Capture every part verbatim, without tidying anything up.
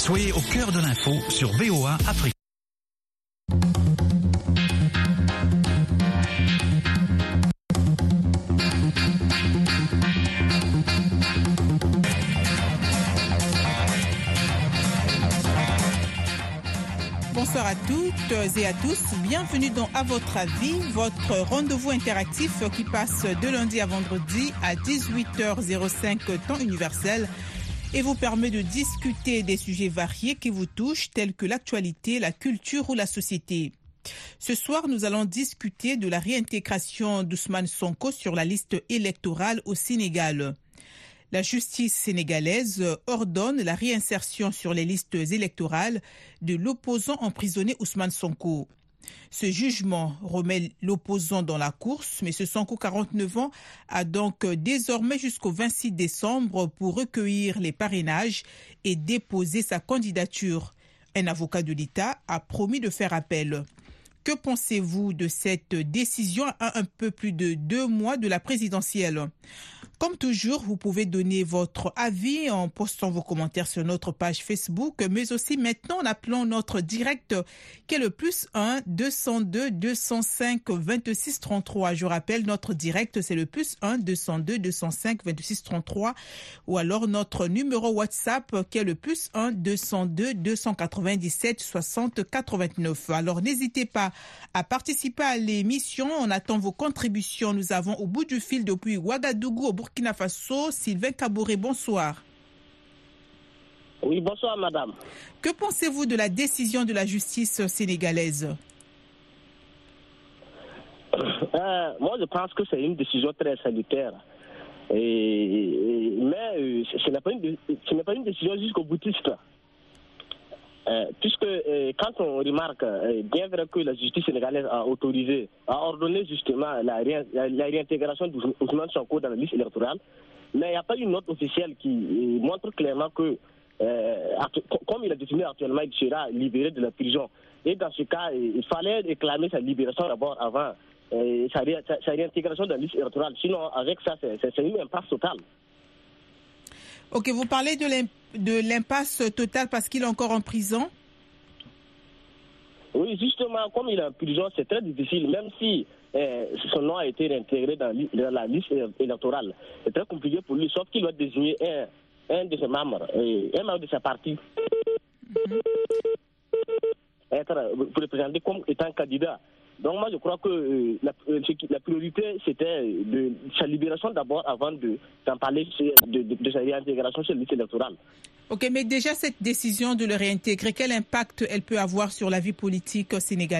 Soyez au cœur de l'info sur V O A Afrique. Bonsoir à toutes et à tous. Bienvenue dans À votre avis, votre rendez-vous interactif qui passe de lundi à vendredi à dix-huit heures cinq temps universel et vous permet de discuter des sujets variés qui vous touchent tels que l'actualité, la culture ou la société. Ce soir, nous allons discuter de la réintégration d'Ousmane Sonko sur la liste électorale au Sénégal. La justice sénégalaise ordonne la réinsertion sur les listes électorales de l'opposant emprisonné Ousmane Sonko. Ce jugement remet l'opposant dans la course, mais ce Sonko, quarante-neuf ans, a donc désormais jusqu'au vingt-six décembre pour recueillir les parrainages et déposer sa candidature. Un avocat de l'État a promis de faire appel. Que pensez-vous de cette décision à un peu plus de deux mois de la présidentielle ? Comme toujours, vous pouvez donner votre avis en postant vos commentaires sur notre page Facebook, mais aussi maintenant en appelant notre direct qui est le plus un deux cent deux deux cent cinq vingt-six trente-trois. Je rappelle, notre direct, c'est le plus un deux cent deux deux cent cinq vingt-six trente-trois ou alors notre numéro WhatsApp qui est le plus un deux cent deux deux cent quatre-vingt-dix-sept soixante quatre-vingt-neuf. Alors n'hésitez pas à participer à l'émission. On attend vos contributions. Nous avons au bout du fil depuis Ouagadougou au Burkina Faso, Sylvain Kabouré, bonsoir. Oui, bonsoir madame. Que pensez-vous de la décision de la justice sénégalaise ? euh, Moi, je pense que c'est une décision très salutaire. Et, et, mais euh, ce n'est pas une, ce n'est pas une décision jusqu'au boutiste. Euh, puisque euh, quand on remarque, euh, bien vrai que la justice sénégalaise a autorisé, a ordonné justement la, ré, la, la réintégration d'Ousmane Sonko dans la liste électorale, mais il n'y a pas une note officielle qui euh, montre clairement que, euh, comme il est détenu actuellement, il sera libéré de la prison. Et dans ce cas, euh, il fallait réclamer sa libération d'abord avant euh, sa, ré, sa, sa réintégration dans la liste électorale. Sinon, avec ça, c'est, c'est une impasse totale. Ok, vous parlez de l'impasse totale parce qu'il est encore en prison ? Oui, justement, comme il est en prison, c'est très difficile, même si euh, son nom a été réintégré dans, dans la liste électorale. C'est très compliqué pour lui, sauf qu'il doit désigner un, un de ses membres, un membre de sa partie, mm-hmm. être, pour le présenter comme étant candidat. Donc moi je crois que euh, la, euh, la priorité c'était de sa libération d'abord avant de, d'en parler de, de, de sa réintégration sur la liste électorale. Ok, mais déjà cette décision de le réintégrer, quel impact elle peut avoir sur la vie politique sénégalaise ?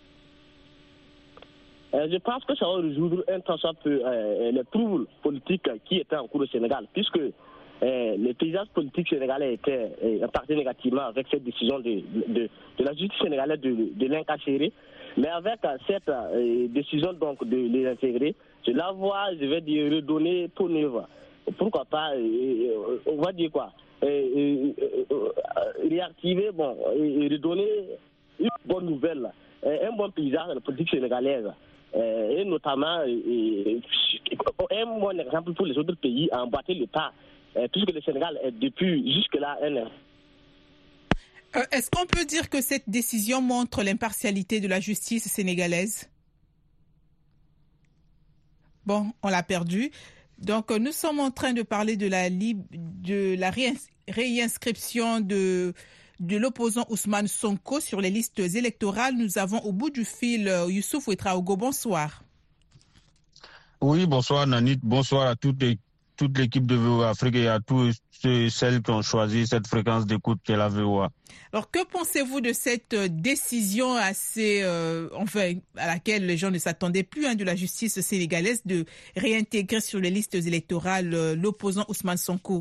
euh, Je pense que ça va résoudre un tant soit peu euh, les troubles politiques qui étaient en cours au Sénégal, puisque euh, les paysages politiques sénégalais étaient euh, impactés négativement avec cette décision de, de, de la justice sénégalaise de, de l'incarcérer. Mais avec cette euh, décision donc de les intégrer, cela va, je vais dire, redonner tout neuf. Pourquoi pas, euh, on va dire quoi, euh, euh, euh, réactiver, bon, et redonner une bonne nouvelle, euh, un bon paysage de la politique sénégalaise. Euh, et notamment, euh, un bon exemple pour les autres pays à emboîter le pas, euh, puisque le Sénégal est depuis jusque-là un... Est-ce qu'on peut dire que cette décision montre l'impartialité de la justice sénégalaise ? Bon, on l'a perdu. Donc, nous sommes en train de parler de la, de la réinscription de, de l'opposant Ousmane Sonko sur les listes électorales. Nous avons au bout du fil Youssouf Ouetraogo. Bonsoir. Oui, bonsoir Nanit. Bonsoir à toutes les toute l'équipe de V O A Afrique et à tous ceux et celles qui ont choisi cette fréquence d'écoute qu'est la V O A. Alors, que pensez-vous de cette décision assez, euh, enfin, à laquelle les gens ne s'attendaient plus, hein, de la justice sénégalaise de réintégrer sur les listes électorales euh, l'opposant Ousmane Sonko?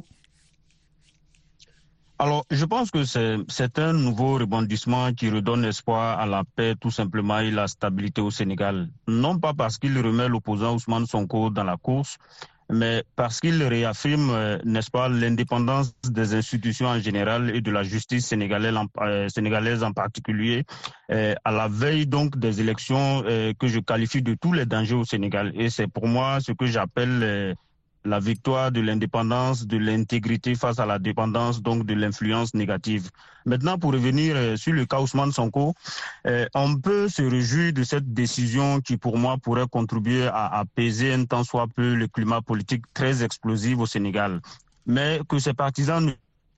Alors, je pense que c'est, c'est un nouveau rebondissement qui redonne espoir à la paix, tout simplement, et la stabilité au Sénégal. Non pas parce qu'il remet l'opposant Ousmane Sonko dans la course, mais parce qu'il réaffirme, euh, n'est-ce pas, l'indépendance des institutions en général et de la justice sénégalaise en, euh, sénégalaise en particulier, euh, à la veille donc des élections euh, que je qualifie de tous les dangers au Sénégal. Et c'est pour moi ce que j'appelle euh, la victoire de l'indépendance, de l'intégrité face à la dépendance, donc de l'influence négative. Maintenant, pour revenir euh, sur le cas Ousmane Sonko, euh, on peut se réjouir de cette décision qui, pour moi, pourrait contribuer à apaiser un tant soit peu le climat politique très explosif au Sénégal. Mais que ses partisans ne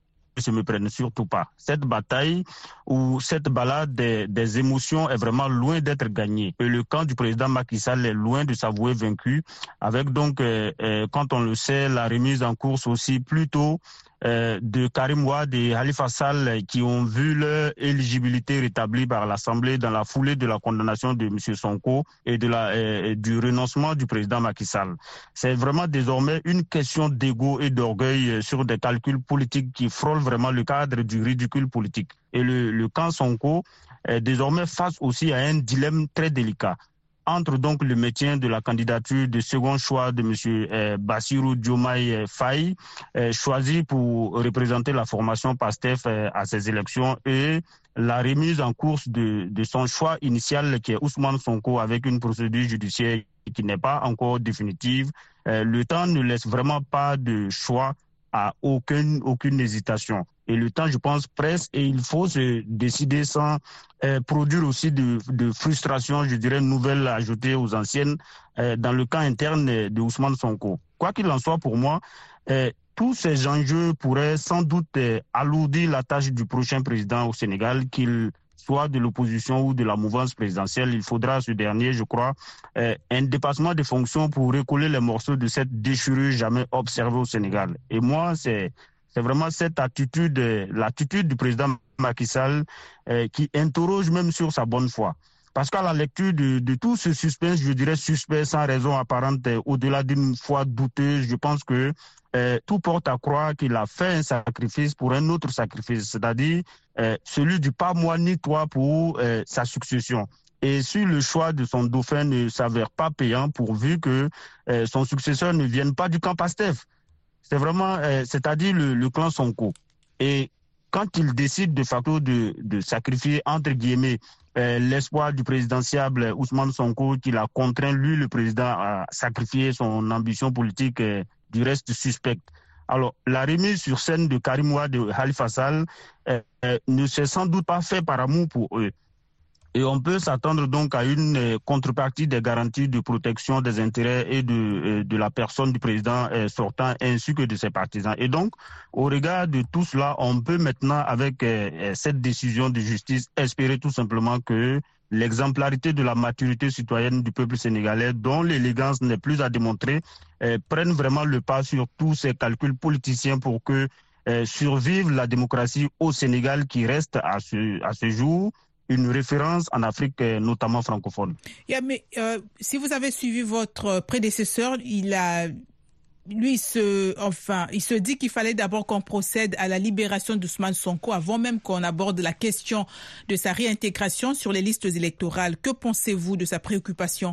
se me prennent surtout pas. Cette bataille ou cette balade des, des émotions est vraiment loin d'être gagnée. Et le camp du président Macky Sall est loin de s'avouer vaincu, avec donc, euh, euh, quand on le sait, la remise en course aussi plutôt euh, de Karim Wade et Khalifa Sall qui ont vu leur éligibilité rétablie par l'Assemblée dans la foulée de la condamnation de M. Sonko et de la, euh, du renoncement du président Macky Sall. C'est vraiment désormais une question d'ego et d'orgueil sur des calculs politiques qui frôlent vraiment le cadre du ridicule politique. Et le, le camp Sonko est désormais face aussi à un dilemme très délicat. Entre donc le maintien de la candidature de second choix de M. Euh, Bassirou Diomaye Faye, euh, choisi pour représenter la formation PASTEF euh, à ces élections, et la remise en course de, de son choix initial qui est Ousmane Sonko avec une procédure judiciaire qui n'est pas encore définitive. Euh, le temps ne laisse vraiment pas de choix à aucune, aucune hésitation. Et le temps, je pense, presse et il faut se décider sans euh, produire aussi de, de frustration, je dirais, nouvelles ajoutées aux anciennes euh, dans le camp interne de Ousmane Sonko. Quoi qu'il en soit, pour moi, euh, tous ces enjeux pourraient sans doute euh, alourdir la tâche du prochain président au Sénégal, qu'il soit de l'opposition ou de la mouvance présidentielle. Il faudra à ce dernier, je crois, euh, un dépassement des fonctions pour recoller les morceaux de cette déchirure jamais observée au Sénégal. Et moi, c'est... C'est vraiment cette attitude, l'attitude du président Macky Sall euh, qui interroge même sur sa bonne foi. Parce qu'à la lecture de, de tout ce suspense, je dirais suspect sans raison apparente, euh, au-delà d'une foi douteuse, je pense que euh, tout porte à croire qu'il a fait un sacrifice pour un autre sacrifice, c'est-à-dire euh, celui du pas moi ni toi pour euh, sa succession. Et si le choix de son dauphin ne s'avère pas payant, pourvu que euh, son successeur ne vienne pas du camp PASTEF. C'est vraiment, euh, c'est-à-dire le, le clan Sonko. Et quand il décide de facto de, de sacrifier, entre guillemets, euh, l'espoir du présidentiable Ousmane Sonko, qu'il a contraint, lui, le président, à sacrifier son ambition politique euh, du reste suspecte. Alors, la remise sur scène de Karim Wade et Khalifa Sall euh, euh, ne s'est sans doute pas fait par amour pour eux. Et on peut s'attendre donc à une contrepartie des garanties de protection des intérêts et de, de la personne du président sortant ainsi que de ses partisans. Et donc, au regard de tout cela, on peut maintenant, avec cette décision de justice, espérer tout simplement que l'exemplarité de la maturité citoyenne du peuple sénégalais, dont l'élégance n'est plus à démontrer, prenne vraiment le pas sur tous ces calculs politiciens pour que survive la démocratie au Sénégal qui reste à ce, à ce jour une référence en Afrique, notamment francophone. Yeah, mais euh, si vous avez suivi votre prédécesseur, il a, lui, il se, enfin, il se dit qu'il fallait d'abord qu'on procède à la libération d'Ousmane Sonko avant même qu'on aborde la question de sa réintégration sur les listes électorales. Que pensez-vous de sa préoccupation?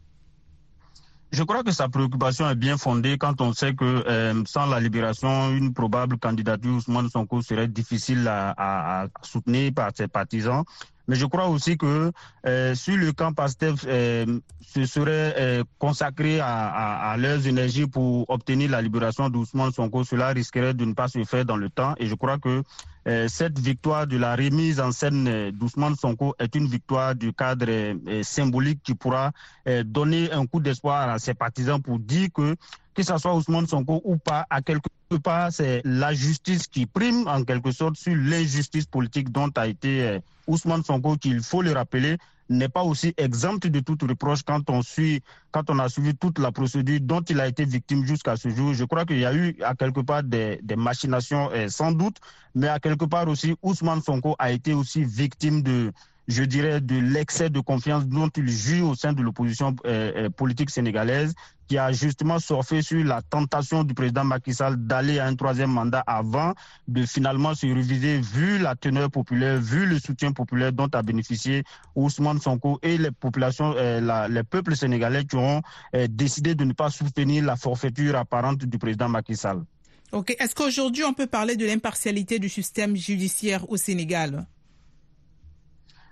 Je crois que sa préoccupation est bien fondée quand on sait que euh, sans la libération, une probable candidature Ousmane Sonko serait difficile à, à, à soutenir par ses partisans. Mais je crois aussi que euh, sur le camp PASTEF euh, se serait euh, consacré à, à, à leurs énergies pour obtenir la libération d'Ousmane Sonko, cela risquerait de ne pas se faire dans le temps. Et je crois que euh, cette victoire de la remise en scène d'Ousmane Sonko est une victoire du cadre euh, symbolique qui pourra euh, donner un coup d'espoir à ses partisans pour dire que que ce soit Ousmane Sonko ou pas, à quelque part, c'est la justice qui prime en quelque sorte sur l'injustice politique dont a été euh, Ousmane Sonko, qu'il faut le rappeler, n'est pas aussi exempt de toute reproche quand on suit, quand on a suivi toute la procédure dont il a été victime jusqu'à ce jour. Je crois qu'il y a eu à quelque part des, des machinations euh, sans doute, mais à quelque part aussi, Ousmane Sonko a été aussi victime de, je dirais, de l'excès de confiance dont il joue au sein de l'opposition euh, politique sénégalaise, qui a justement surfé sur la tentation du président Macky Sall d'aller à un troisième mandat avant de finalement se réviser, vu la teneur populaire, vu le soutien populaire dont a bénéficié Ousmane Sonko et les populations, euh, la, les peuples sénégalais qui ont euh, décidé de ne pas soutenir la forfaiture apparente du président Macky Sall. Ok. Est-ce qu'aujourd'hui on peut parler de l'impartialité du système judiciaire au Sénégal?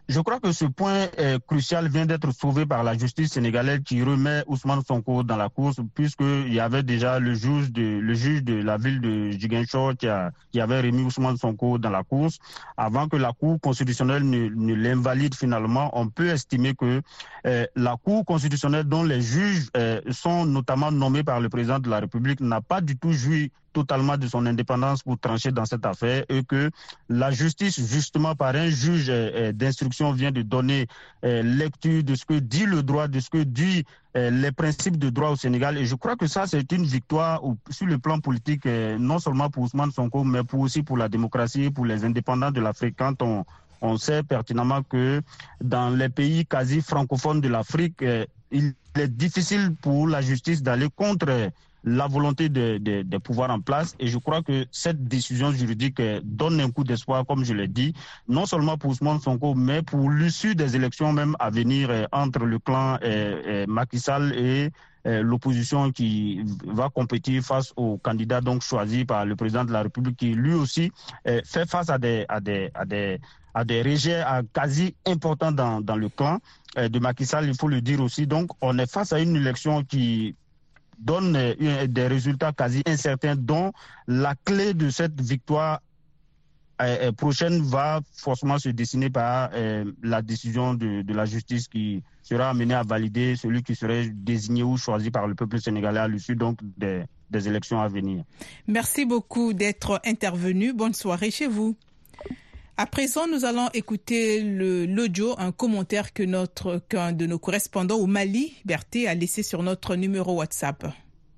je crois que ce point est crucial vient d'être sauvé par la justice sénégalaise qui remet Ousmane Sonko dans la course, puisqu'il y avait déjà le juge de, le juge de la ville de Ziguinchor qui, a, qui avait remis Ousmane Sonko dans la course. Avant que la Cour constitutionnelle ne, ne l'invalide finalement, on peut estimer que euh, la Cour constitutionnelle, dont les juges euh, sont notamment nommés par le président de la République, n'a pas du tout joui totalement de son indépendance pour trancher dans cette affaire, et que la justice, justement par un juge euh, d'instruction, vient de donner euh, lecture de ce que dit le droit, de ce que dit euh, les principes de droit au Sénégal. Et je crois que ça, c'est une victoire sur le plan politique, euh, non seulement pour Ousmane Sonko, mais pour aussi pour la démocratie, pour les indépendants de l'Afrique. Quand on, on sait pertinemment que dans les pays quasi francophones de l'Afrique, euh, il est difficile pour la justice d'aller contre la volonté des de, de pouvoirs en place. Et je crois que cette décision juridique donne un coup d'espoir, comme je l'ai dit, non seulement pour Ousmane Sonko, mais pour l'issue des élections même à venir entre le clan eh, eh, Macky Sall et eh, l'opposition qui va compétir face au candidat donc choisi par le président de la République, qui lui aussi eh, fait face à des, à des, à des, à des rejets quasi importants dans, dans le clan eh, de Macky Sall, il faut le dire aussi. Donc on est face à une élection qui donne des résultats quasi incertains, dont la clé de cette victoire euh, prochaine va forcément se dessiner par euh, la décision de, de la justice qui sera amenée à valider celui qui serait désigné ou choisi par le peuple sénégalais à l'issue donc des, des élections à venir. Merci beaucoup d'être intervenu. Bonne soirée chez vous. À présent, nous allons écouter le, l'audio, un commentaire que notre, qu'un de nos correspondants au Mali, Berté, a laissé sur notre numéro WhatsApp.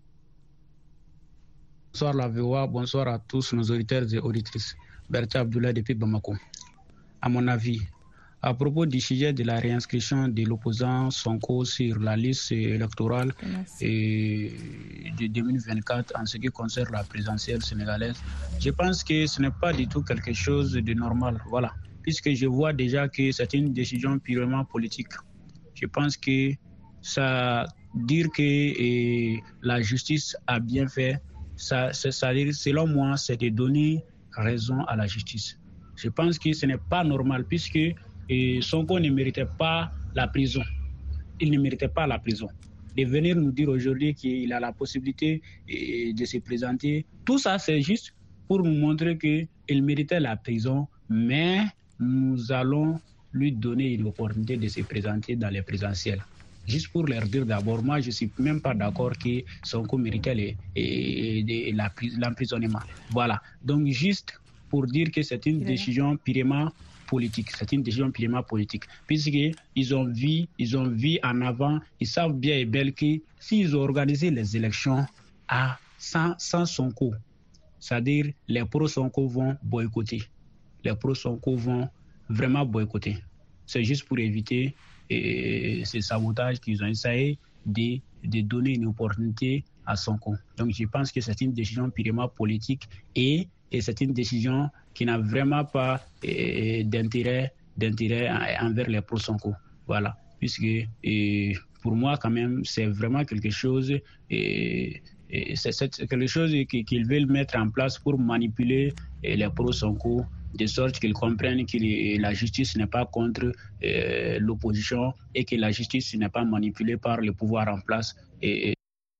Bonsoir la V O A, bonsoir à tous nos auditeurs et auditrices. Berté Abdoulaye depuis Bamako. À mon avis, à propos du sujet de la réinscription de l'opposant Sonko sur la liste électorale et de deux mille vingt-quatre en ce qui concerne la présidentielle sénégalaise, je pense que ce n'est pas du tout quelque chose de normal. Voilà. Puisque je vois déjà que c'est une décision purement politique. Je pense que ça dire que et, la justice a bien fait, ça, c'est, ça dire, selon moi, c'est de donner raison à la justice. Je pense que ce n'est pas normal puisque et Sonko ne méritait pas la prison. Il ne méritait pas la prison. De venir nous dire aujourd'hui qu'il a la possibilité de se présenter, tout ça c'est juste pour nous montrer qu'il méritait la prison, mais nous allons lui donner l'opportunité de se présenter dans les présidentielles. Juste pour leur dire d'abord, moi je ne suis même pas d'accord que Sonko méritait les, les, les, la, l'emprisonnement. Voilà. Donc juste pour dire que c'est une décision purement politique, c'est une décision purement politique, puisqu'ils ont vu, ils ont vu en avant, ils savent bien et bien que s'ils ont organisé les élections à sans, sans Sonko, c'est-à-dire les pro-Sonko vont boycotter, les pro-Sonko vont vraiment boycotter. C'est juste pour éviter et, ces sabotages qu'ils ont essayé de, de donner une opportunité à Sonko. Donc je pense que c'est une décision purement politique et, et c'est une décision qui n'a vraiment pas eh, d'intérêt, d'intérêt envers les pro-Sonko. Voilà. Puisque eh, pour moi, quand même, c'est vraiment quelque chose, eh, eh, c'est, c'est quelque chose qu'ils veulent mettre en place pour manipuler eh, les pro-Sonko, de sorte qu'ils comprennent que la justice n'est pas contre eh, l'opposition et que la justice n'est pas manipulée par le pouvoir en place. Et,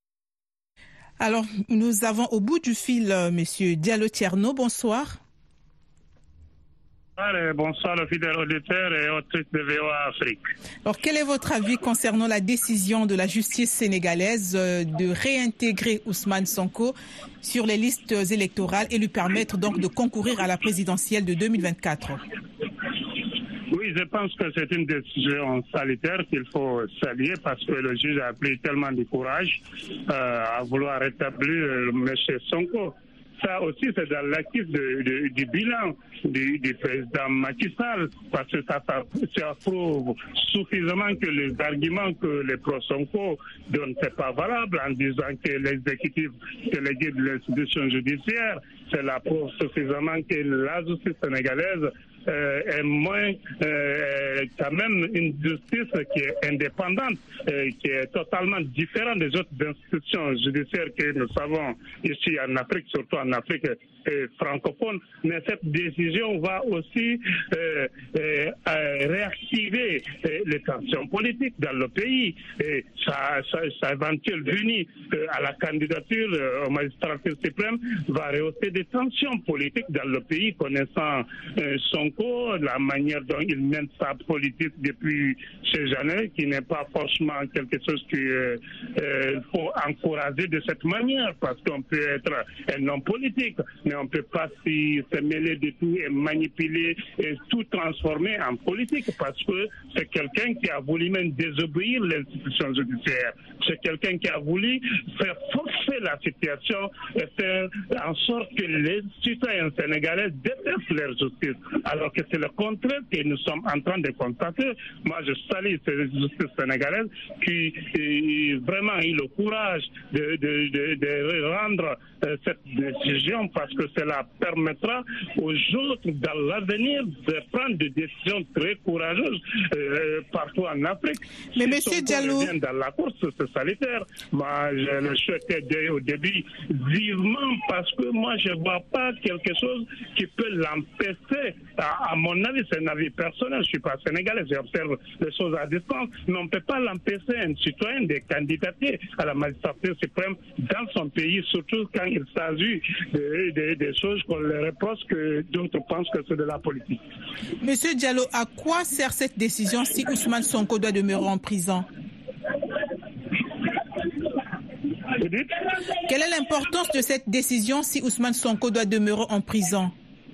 Alors, nous avons au bout du fil euh, M. Diallo Tierno. Bonsoir. Bonsoir, le fidèle auditeur et auditrice de V O A Afrique. Alors, quel est votre avis concernant la décision de la justice sénégalaise de réintégrer Ousmane Sonko sur les listes électorales et lui permettre donc de concourir à la présidentielle de deux mille vingt-quatre? Oui, je pense que c'est une décision salutaire qu'il faut saluer parce que le juge a pris tellement de courage euh, à vouloir rétablir euh, M. Sonko. Ça aussi, c'est dans l'actif de, de, du bilan du, du président Macky Sall, parce que ça, ça, ça prouve suffisamment que les arguments que les pro-Sonko donnent, c'est pas valable, en disant que l'exécutif délégué de l'institution judiciaire cela prouve suffisamment que la justice sénégalaise Euh, est moins euh, quand même une justice qui est indépendante, euh, qui est totalement différente des autres institutions judiciaires que nous savons ici en Afrique, surtout en Afrique euh, francophone. Mais cette décision va aussi euh, euh, réactiver euh, les tensions politiques dans le pays. Et sa, sa, sa éventuelle venue euh, à la candidature euh, au magistrature suprême va rehausser des tensions politiques dans le pays, connaissant euh, son la manière dont il mène sa politique depuis ces années, qui n'est pas forcément quelque chose qu'il euh, euh, faut encourager de cette manière, parce qu'on peut être un homme politique, mais on ne peut pas s'y, se mêler de tout et manipuler et tout transformer en politique, parce que c'est quelqu'un qui a voulu même désobéir l'institution judiciaire. C'est quelqu'un qui a voulu faire forcer la situation et faire en sorte que les citoyens sénégalais détestent leur justice, alors que c'est le contraire que nous sommes en train de constater. Moi, je salue cette justice sénégalaise qui a vraiment eu le courage de, de, de, de rendre euh, cette décision, parce que cela permettra aux autres dans l'avenir de prendre des décisions très courageuses euh, partout en Afrique. Mais si Monsieur Diallo, dans la course, c'est sanitaire. Moi, je le souhaitais au début vivement, parce que moi, je ne vois pas quelque chose qui peut l'empêcher. À, à mon avis, c'est un avis personnel. Je ne suis pas sénégalais, j'observe les choses à distance, mais on ne peut pas l'empêcher, un citoyen, de candidater à la magistrature suprême dans son pays, surtout quand il s'agit de, de, de choses qu'on leur reproche, que d'autres pensent que c'est de la politique. Monsieur Diallo, à quoi sert cette décision si Ousmane Sonko doit demeurer en prison? Quelle est l'importance de cette décision si Ousmane Sonko doit demeurer en prison?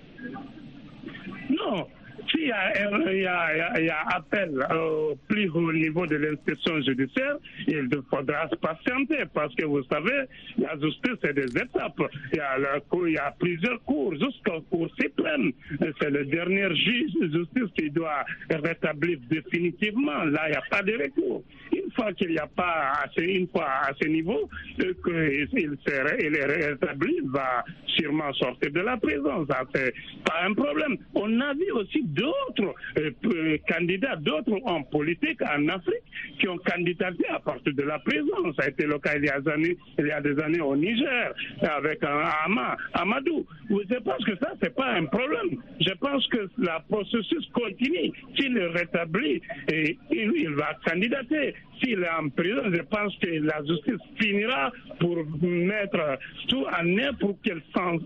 Non. S'il y a, il y a, il y a appel au plus haut niveau de l'institution judiciaire, il faudra se patienter, parce que vous savez, la justice, c'est des étapes. Il y a, la cour, il y a plusieurs cours, jusqu'au cours suprême. C'est le dernier juge de justice qui doit rétablir définitivement. Là, il n'y a pas de recours. Une fois qu'il n'y a pas assez, une fois à ce niveau, qu'il est rétabli, il va sûrement sortir de la prison. Ça, c'est pas un problème. On a vu aussi d'autres euh, candidats, d'autres hommes politiques en Afrique qui ont candidaté à partir de la prison. Ça a été le cas il y a des années, il y a des années au Niger avec un Ama, Amadou. Je pense que ça, c'est pas un problème. Je pense que le processus continue. S'il est rétabli, et il, il va candidater. S'il est en prison, je pense que la justice finira pour mettre tout en œuvre pour qu'elle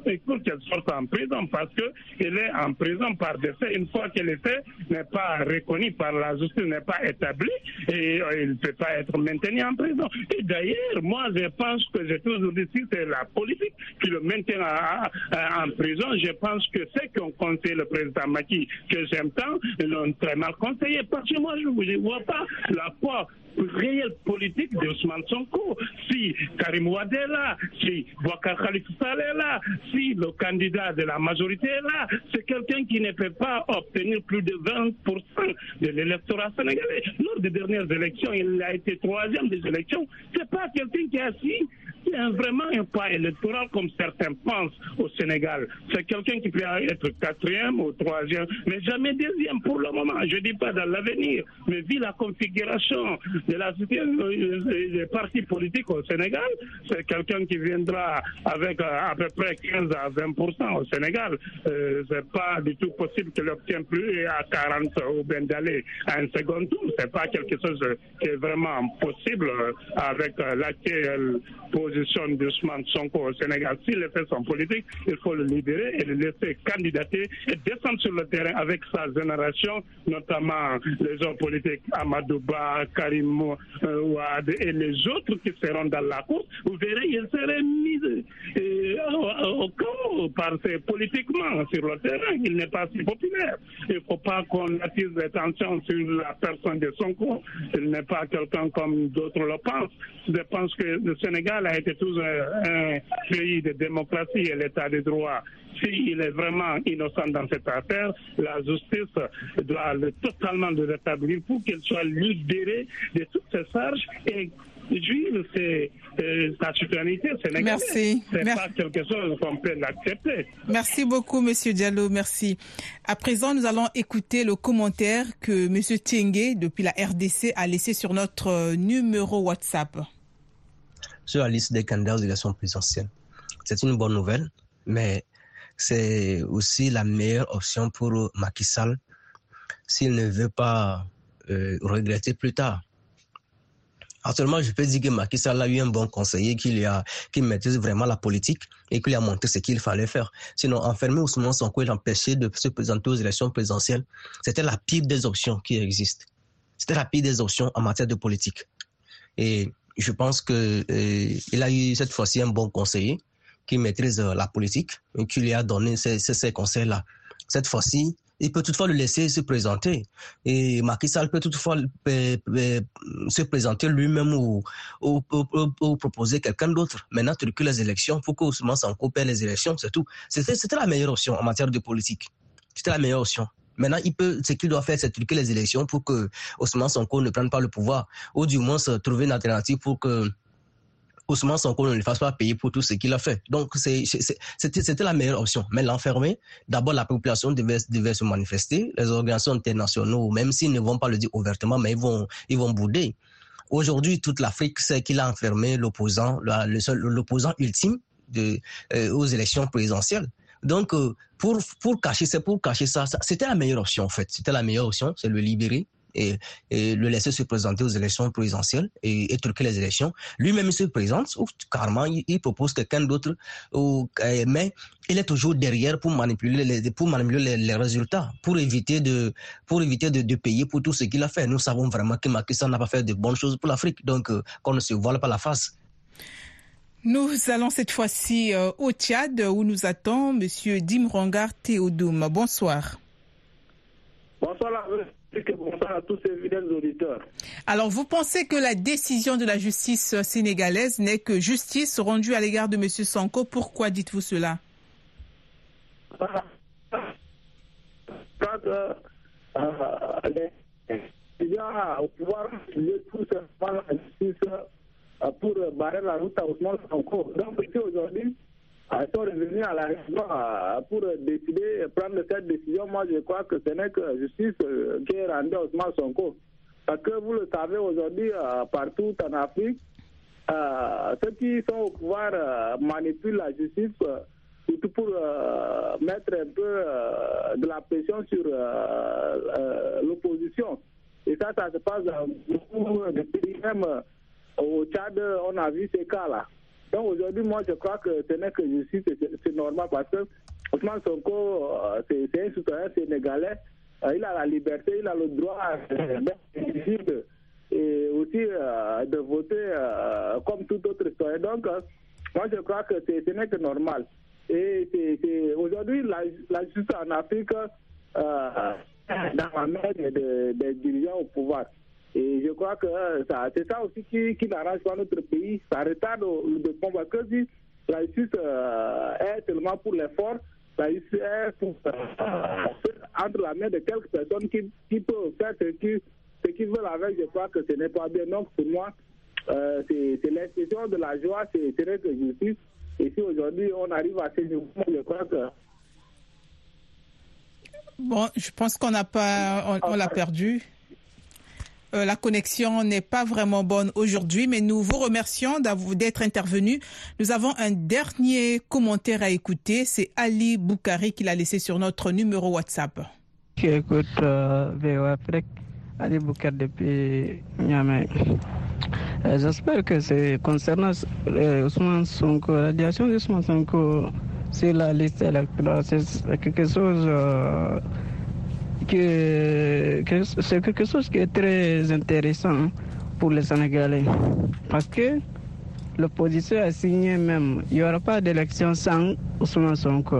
sorte en prison, parce qu'elle est en prison par décès. Une fois que le fait n'est pas reconnu par la justice, n'est pas établi, et euh, il ne peut pas être maintenu en prison. Et d'ailleurs, moi, je pense que j'ai toujours dit, si c'est la politique qui le maintient à, à, en prison, je pense que ceux qui ont conseillé le président Macky, que j'aime tant, ils l'ont très mal conseillé, parce que moi, je ne vois pas la foi réelle politique de Ousmane Sonko. Si Karim Wade est là, si Boubacar Khalifa Sall est là, si le candidat de la majorité est là, c'est quelqu'un qui ne peut pas obtenir plus de vingt pour cent de l'électorat sénégalais. Lors des dernières élections, il a été troisième des élections. C'est pas quelqu'un qui a assis vraiment un poids électoral comme certains pensent au Sénégal. C'est quelqu'un qui peut être quatrième ou troisième, mais jamais deuxième pour le moment. Je ne dis pas dans l'avenir, mais vu la configuration de la des partis politiques au Sénégal, c'est quelqu'un qui viendra avec à peu près quinze à vingt pour cent au Sénégal. Euh, c'est pas du tout possible qu'il obtienne plus à quarante ou bien d'aller à un second tour. C'est pas quelque chose qui est vraiment possible avec l'actuelle position d'Ousmane Sonko au Sénégal. S'il fait son politique, il faut le libérer et le laisser candidater et descendre sur le terrain avec sa génération, notamment les hommes politiques Amadou Ba, Karim euh, Ouad et les autres qui seront dans la course. Vous verrez, ils seraient mis euh, au, au camp parce que politiquement sur le terrain, il n'est pas si populaire. Il ne faut pas qu'on attise l'attention sur la personne de Sonko. Il n'est pas quelqu'un comme d'autres le pensent. Je pense que le Sénégal a été toujours un, un pays de démocratie et l'état de droit. S'il est vraiment innocent dans cette affaire, la justice doit le, totalement le rétablir pour qu'il soit libéré de toutes ses charges et jouir c'est euh, la citoyenneté sénégalaise. Merci. C'est Merci. pas quelque chose qu'on peut l'accepter. Merci beaucoup, Monsieur Diallo. Merci. À présent, nous allons écouter le commentaire que Monsieur Tiengue, depuis la R D C, a laissé sur notre numéro WhatsApp. Sur la liste des candidats aux élections présidentielles, c'est une bonne nouvelle, mais c'est aussi la meilleure option pour Macky Sall s'il ne veut pas euh, regretter plus tard. Actuellement, je peux dire que Macky Sall a eu un bon conseiller qui, lui a, qui maîtrise vraiment la politique et qui lui a montré ce qu'il fallait faire. Sinon, enfermer Ousmane Sonko et l'empêcher de se présenter aux élections présidentielles, c'était la pire des options qui existent. C'était la pire des options en matière de politique. Et je pense qu'il euh, a eu cette fois-ci un bon conseiller qui maîtrise euh, la politique et qui lui a donné ces, ces, ces conseils-là. Cette fois-ci, il peut toutefois le laisser se présenter. Et Macky Sall peut toutefois euh, euh, se présenter lui-même ou, ou, ou, ou, ou proposer quelqu'un d'autre. Maintenant, truquer les élections pour que Ousmane Sonko perd les élections, c'est tout. C'était, c'était la meilleure option en matière de politique. C'était la meilleure option. Maintenant, il peut, ce qu'il doit faire, c'est truquer les élections pour que Ousmane Sonko ne prenne pas le pouvoir. Ou du moins, trouver une alternative pour que Ousmane Sonko ne le fasse pas payer pour tout ce qu'il a fait. Donc, c'est, c'est, c'était, c'était la meilleure option. Mais l'enfermer, d'abord, la population devait, devait se manifester. Les organisations internationales, même s'ils ne vont pas le dire ouvertement, mais ils vont, ils vont bouder. Aujourd'hui, toute l'Afrique sait qu'il a enfermé l'opposant, le seul, l'opposant ultime de, euh, aux élections présidentielles. Donc, euh, pour, pour cacher, c'est pour cacher ça, ça, c'était la meilleure option, en fait. C'était la meilleure option, c'est le libérer. Et, et le laisser se présenter aux élections présidentielles et, et truquer les élections. Lui-même, il se présente, ou carrément, il, il propose quelqu'un d'autre, ou, euh, mais il est toujours derrière pour manipuler les, pour manipuler les, les résultats, pour éviter, de, pour éviter de, de payer pour tout ce qu'il a fait. Nous savons vraiment que Macky Sall n'a pas fait de bonnes choses pour l'Afrique, donc euh, qu'on ne se voile pas la face. Nous allons cette fois-ci euh, au Tchad, où nous attend M. Dimrangar Théodome. Bonsoir. Bonsoir la bonsoir à tous ces fidèles auditeurs. Alors, vous pensez que la décision de la justice sénégalaise n'est que justice rendue à l'égard de M. Sonko? Pourquoi dites-vous cela? Quand euh, euh, les étudiants au pouvoir utilisaient tout simplement la justice euh, pour barrer la route à Ousmane Sonko. Donc, ici aujourd'hui, ils sont revenus à la raison pour décider, prendre cette décision. Moi, je crois que ce n'est que la justice qui est rendue à Ousmane Sonko. Parce que vous le savez, aujourd'hui, partout en Afrique, ceux qui sont au pouvoir manipulent la justice, surtout pour mettre un peu de la pression sur l'opposition. Et ça, ça se passe dans beaucoup de pays, même au Tchad, on a vu ces cas-là. Donc aujourd'hui, moi, je crois que ce n'est que justice, c'est, c'est normal parce que Ousmane Sonko, c'est, c'est un citoyen sénégalais, il a la liberté, il a le droit d'être éligible et aussi euh, de voter euh, comme tout autre citoyen. Donc, euh, moi, je crois que c'est, ce n'est que normal. Et c'est, c'est, aujourd'hui, la, la justice en Afrique, euh, dans la main des, des, des dirigeants au pouvoir. Et je crois que ça, c'est ça aussi qui, qui n'arrange pas notre pays. Ça retarde le développement parce que si la justice euh, est seulement pour les forts, la justice est pour, euh, entre la main de quelques personnes qui, qui peuvent faire ce qu'ils, ce qu'ils veulent avec. Je crois que ce n'est pas bien. Donc pour moi, euh, c'est, c'est l'expression de la joie, c'est, c'est notre justice. Et si aujourd'hui on arrive à ce niveau, je crois que... Bon, je pense qu'on n'a pas, on, on l'a perdu. Euh, la connexion n'est pas vraiment bonne aujourd'hui, mais nous vous remercions d'être intervenu. Nous avons un dernier commentaire à écouter. C'est Ali Boukari qui l'a laissé sur notre numéro WhatsApp. Qui écoute euh, V O Afrique, Ali Boukari depuis Niamey. Euh, j'espère que c'est concernant euh, Ousmane Sonko, la radiation d'Ousmane Sonko sur la liste électorale, c'est quelque chose... Euh, Que, que c'est quelque chose qui est très intéressant pour les Sénégalais. Parce que l'opposition a signé même, il n'y aura pas d'élection sans Ousmane Sonko.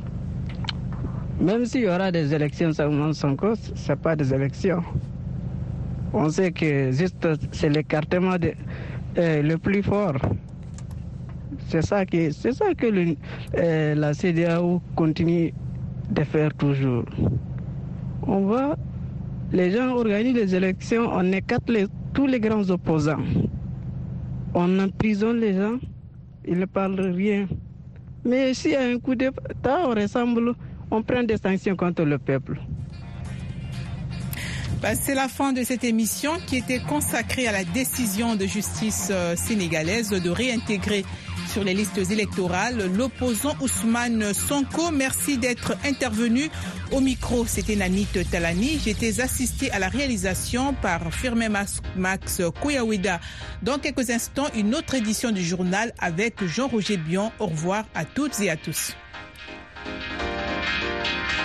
Même s'il y aura des élections sans Ousmane Sonko, ce n'est pas des élections. On sait que juste c'est l'écartement de, euh, le plus fort. C'est ça, qui, c'est ça que le, euh, la C D A O continue de faire toujours. On va, les gens organisent les élections, on écarte les, tous les grands opposants. on emprisonne les gens, ils ne parlent rien. Mais s'il y a un coup d'État, on ressemble, on prend des sanctions contre le peuple. Ben, c'est la fin de cette émission qui était consacrée à la décision de justice euh, sénégalaise de réintégrer sur les listes électorales l'opposant Ousmane Sonko. Merci d'être intervenu. Au micro, c'était Nanit Talani. J'étais assistée à la réalisation par Firmin Max Kouyawida. Dans quelques instants, une autre édition du journal avec Jean-Roger Bion. Au revoir à toutes et à tous.